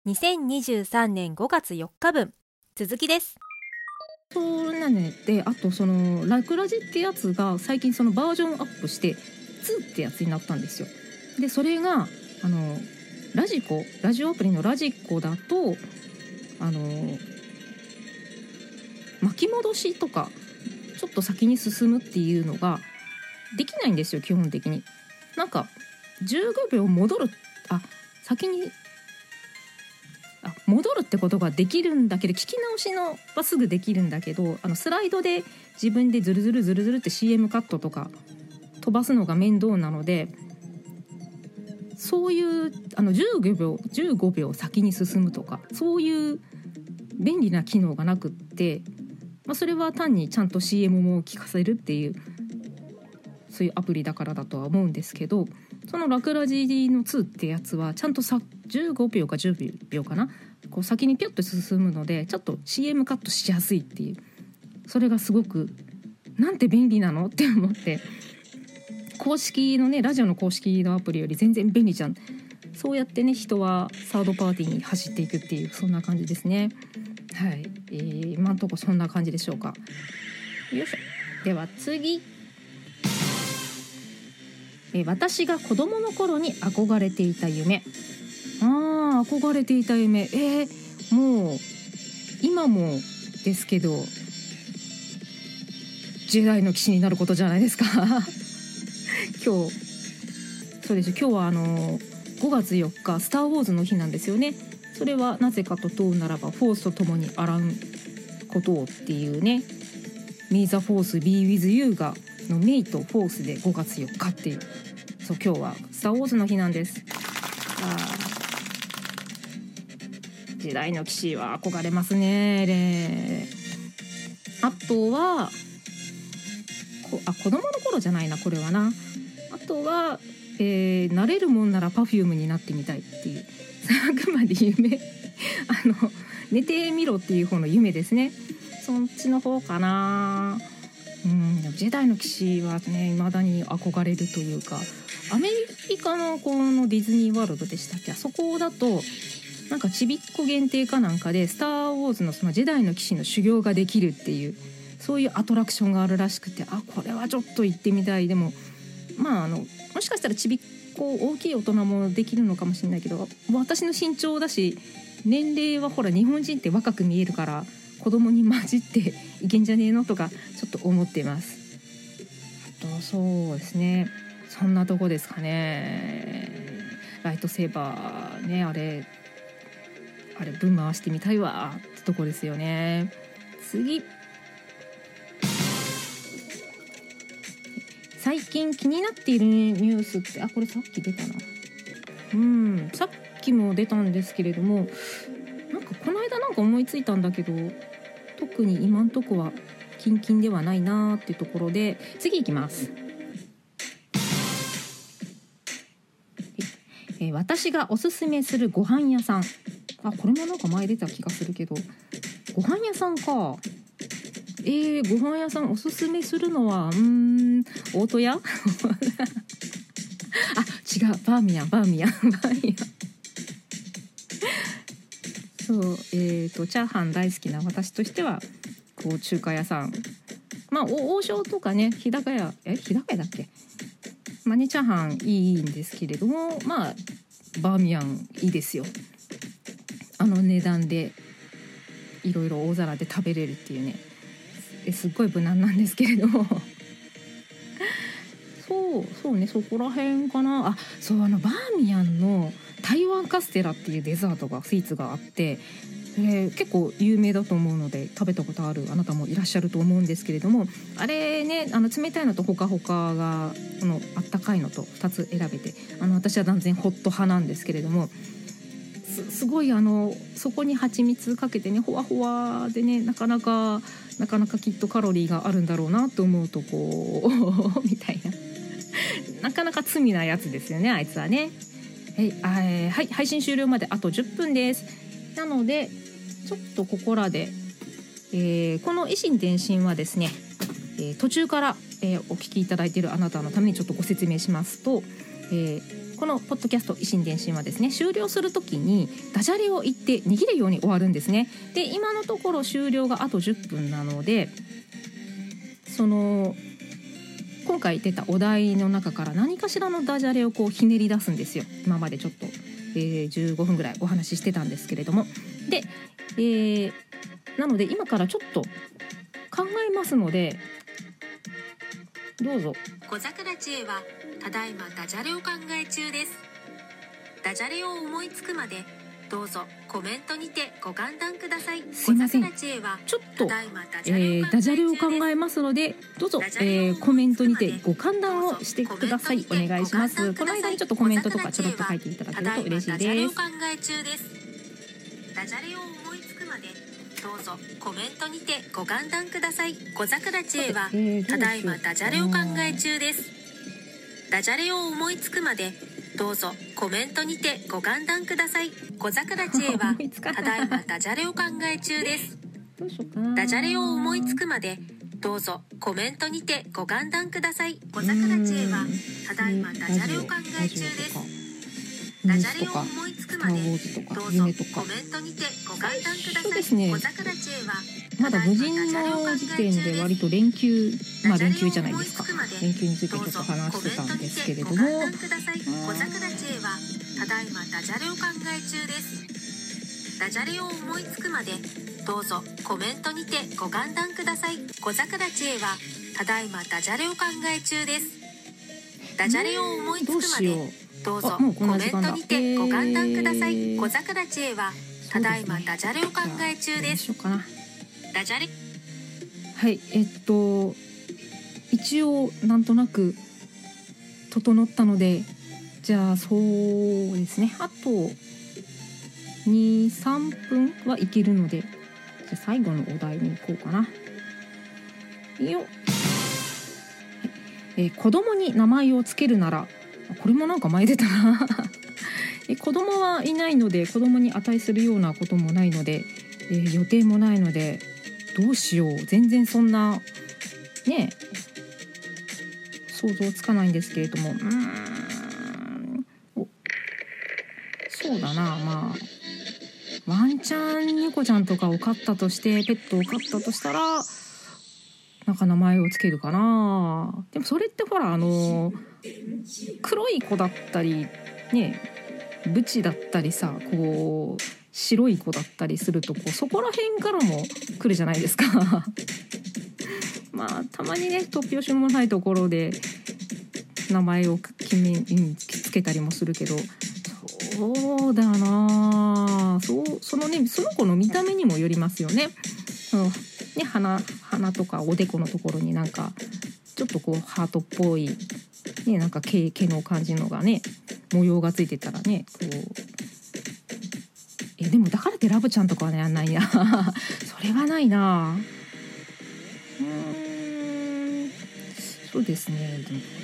2023年5月4日分続きです。 そうなので、あとそのラクラジってやつが最近そのバージョンアップして2ってやつになったんですよ。でそれがラジオアプリのラジコだと巻き戻しとかちょっと先に進むっていうのができないんですよ。基本的になんか15秒戻る先に戻るってことができるんだけど、聞き直しのはすぐできるんだけど、スライドで自分でズルズルって CM カットとか飛ばすのが面倒なので、そういう15秒先に進むとかそういう便利な機能がなくって、それは単にちゃんと CM も聞かせるっていうそういうアプリだからだとは思うんですけど、そのラクラジの2ってやつはちゃんと15秒か10秒かな、こう先にピュッと進むのでちょっと CM カットしやすいっていう、それがすごくなんて便利なのって思って、公式のねラジオの公式のアプリより全然便利じゃん。そうやってね人はサードパーティーに走っていくっていう、そんな感じですね。はい、今んとこそんな感じでしょうか。よいしょ。では次、私が子供の頃に憧れていた夢。憧れていた夢、もう今もですけどジェダイの騎士になることじゃないですか今日は5月4日スターウォーズの日なんですよね。それはなぜかと問うならば、フォースと共にあらんことをっていうね、May the Force be with you がのメイとフォースで5月4日っていう、そう今日はスターウォーズの日なんです。時代の騎士は憧れますね。あとは子供の頃じゃないな、これはな。あとは、なれるもんなら Perfume になってみたいっていう、あくまで夢寝てみろっていう方の夢ですね。そっちの方かな。ジェダイの騎士はね未だに憧れるというか、アメリカのこのディズニーワールドでしたっけ、あそこだとなんかちびっこ限定かなんかでスター・ウォーズのそのジェダイの騎士の修行ができるっていう、そういうアトラクションがあるらしくて、これはちょっと行ってみたい。でももしかしたらちびっこ大きい大人もできるのかもしれないけど、私の身長だし年齢はほら日本人って若く見えるから子供に混じっていけんじゃねえのとかちょっと思ってます。あとそうですね、そんなとこですかね。ライトセーバーね、あれぶん回してみたいわってとこですよね。次、最近気になっているニュースって、これさっき出たな。さっきも出たんですけれども、なんかこの間なんか思いついたんだけど、特に今んとこはキンキンではないなっていうところで、次いきます。私がおすすめするご飯屋さん。これもなんか前出た気がするけど、ご飯屋さんか。ご飯屋さんおすすめするのは大戸屋違う、バーミヤンそう、チャーハン大好きな私としてはこう中華屋さん、王将とかね、日高屋だっけ、チャーハンいいんですけれども、バーミヤンいいですよ。値段でいろいろ大皿で食べれるっていうね、すっごい無難なんですけれどもそうね、そこら辺かな。バーミヤンの台湾カステラっていうデザートスイーツがあって、結構有名だと思うので食べたことあるあなたもいらっしゃると思うんですけれども、あれね、冷たいのとほかほかがあったかいのと2つ選べて、私は断然ホット派なんですけれども、すごいそこに蜂蜜かけてね、ほわほわでね、なかなかきっとカロリーがあるんだろうなと思うとこうみたいな、なかなか罪なやつですよね、あいつはね。はい、配信終了まであと10分です。なのでちょっとここらで、この以心伝心はですね、途中から、お聞きいただいているあなたのためにちょっとご説明しますと、 このポッドキャスト維新伝心はですね、終了するときにダジャレを言って逃げるように終わるんですね。で今のところ終了があと10分なので、今回出たお題の中から何かしらのダジャレをこうひねり出すんですよ。今までちょっと、15分ぐらいお話ししてたんですけれども、で、なので今からちょっと考えますので、どうぞ。 小桜知恵はただいまダジャレを考え中です。ダジャレを思いつくまでどうぞコメントにてご歓談ください。 すいません、 小桜知恵はちょっと、 ただいまダジャレを考えますので、どうぞ、コメントにてご歓談をしてください。お願いします。この間にちょっとコメントとかちょろっと書いていただけると嬉しいです。 ダジャレを考え中です。ダジャレを思いつくまでどうぞコメントにてご歓談ください。小桜知恵はただいまダジャレを考え中です。ダジャレを思いつくまでどうぞコメントにてご歓談ください。小桜知恵はただいまダジャレを考え中です。ダジャレを思いつくまでどうぞコメントにてご歓談ください。小桜知恵はただいまダジャレを考え中です。ダジャレを思いつくまでどうぞコメントにてご歓談ください。 そうですね、 小桜知恵はまだ無人の時点で割と連休、連休じゃないですか。連休についてちょっと話してたんですけれども、 小桜知恵はただいまダジャレを考え中です。ダジャレを思いつくまでどうぞコメントにてご歓談ください。小桜知恵はただいまダジャレを考え中です。ダジャレを思いつくまでどうぞコメントにてご歓談ください。小桜知恵はただいまダジャレを考え中です。ダジャレ、 はい、一応なんとなく整ったので、じゃあそうですね、あと 2,3 分はいけるので、じゃあ最後のお題に行こうかな。よっ、はい、子供に名前をつけるなら、これもなんか前出たな子供はいないので、子供に値するようなこともないので、予定もないので、どうしよう、全然そんなね想像つかないんですけれども、そうだな、ワンちゃん猫ちゃんとかを飼ったとして、ペットを飼ったとしたらなんか名前をつけるかな。でもそれってほら、黒い子だったりね、ブチだったりさ、こう白い子だったりすると、そこら辺からも来るじゃないですかたまにね、突拍子もないところで名前をつけたりもするけど、そうだな、その子の見た目にもよりますよね。鼻とかおでこのところになんかちょっとハートっぽい、なんか毛の感じのがね、模様がついてたらね、でもだからってラブちゃんとかはね、やんないなそれはないな。そうですね、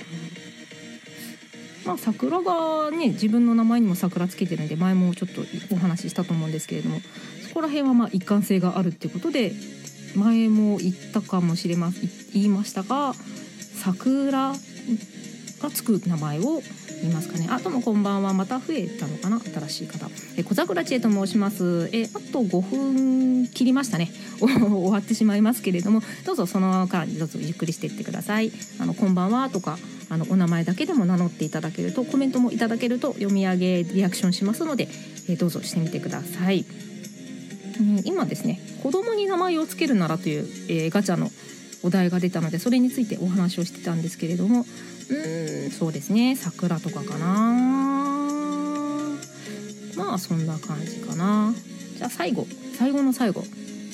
桜がね、自分の名前にも桜つけてるんで、前もちょっとお話ししたと思うんですけれども、そこら辺は一貫性があるってことで、前も言ったかもしれません、言いましたが、桜がつく名前を言いますかね。どうもこんばんは、また増えたのかな、新しい方。小桜知恵と申します。あと5分切りましたね終わってしまいますけれども、どうぞその間どうぞゆっくりしていってください。こんばんはとか、お名前だけでも名乗っていただけると、コメントもいただけると読み上げリアクションしますので、どうぞしてみてください。今ですね、子供に名前をつけるならという、ガチャのお題が出たので、それについてお話をしてたんですけれども、そうですね、桜とかかな。そんな感じかな。じゃあ最後の最後、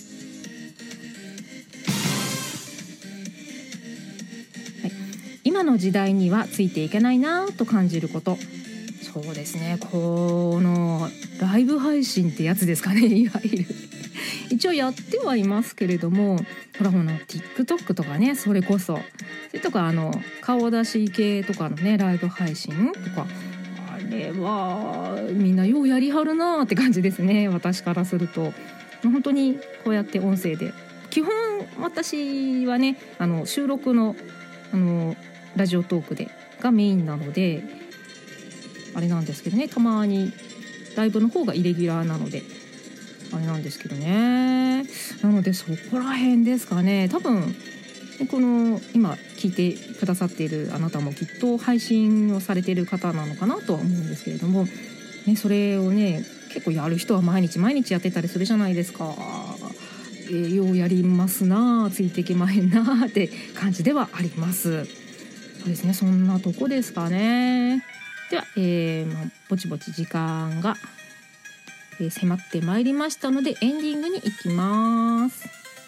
今の時代にはついていけないなと感じること。そうですね、このライブ配信ってやつですかね、いわゆる一応やってはいますけれども、ほらTikTok とかね、それとか顔出し系とかのね、ライブ配信とか、あれはみんなようやりはるなって感じですね、私からすると。本当にこうやって音声で、基本私はね、収録のラジオトークがメインなので、 あれなんですけどね、たまにライブの方がイレギュラーなのであれなんですけどね。なのでそこら辺ですかね。多分この今聞いてくださっているあなたもきっと配信をされている方なのかなとは思うんですけれども、ね、それをね結構やる人は毎日やってたりするじゃないですか。ようやりますな、ついていけまへんなって感じではあります。そうですね、そんなとこですかね。では、ぼちぼち時間が、迫ってまいりましたのでエンディングに行きます。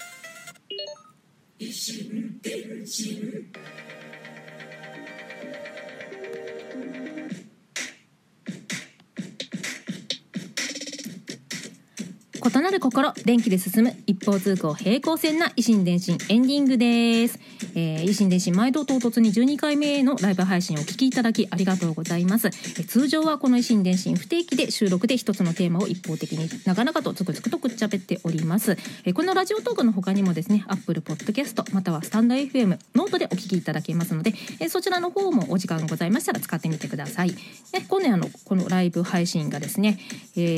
異なる心、電気で進む一方通行平行線な維新伝心エンディングです。維新伝心毎度唐突に12回目のライブ配信をお聞きいただきありがとうございます。通常はこの維新伝心不定期で収録で一つのテーマを一方的に長々とつくづくとくっちゃべっております。このラジオトークの他にもですね、Apple Podcast またはスタンド FM ノートでお聞きいただけますので、そちらの方もお時間ございましたら使ってみてください。今年このライブ配信がですね、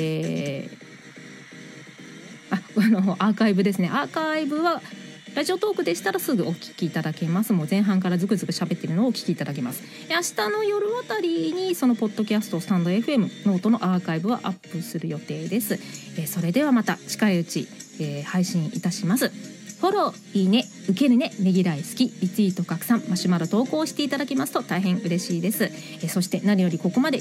アーカイブですね。アーカイブはラジオトークでしたらすぐお聞きいただけます。もう前半からズクズク喋ってるのをお聞きいただけます。明日の夜あたりにそのポッドキャストスタンド FM ノートのアーカイブはアップする予定です。それではまた近いうち、配信いたします。フォロー、いいね、受けるね、ねぎらい好き、リツイート拡散、マシュマロ投稿していただけますと大変嬉しいです。そして何よりここまで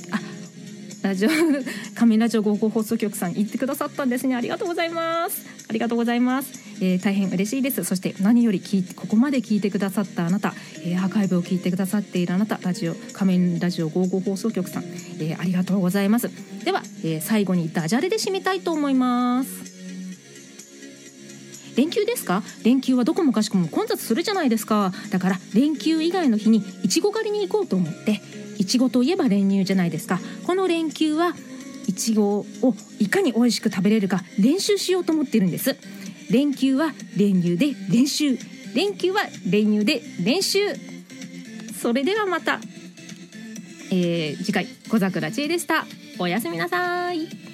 仮面ラジオ55放送局さん言ってくださったんですね。ありがとうございます。ありがとうございます。大変嬉しいです。そして何よりここまで聞いてくださったあなた、アーカイブを聞いてくださっているあなた、仮面ラジオ55放送局さん、ありがとうございます。では、最後にダジャレで締めたいと思います。連休ですか？連休はどこもかしこも混雑するじゃないですか。だから連休以外の日にいちご狩りに行こうと思って、いちごといえば練乳じゃないですか。この連休はいちごをいかに美味しく食べれるか練習しようと思ってるんです。連休は練乳で練習、連休は練乳で練習。それではまた、次回小桜知恵でした。おやすみなさい。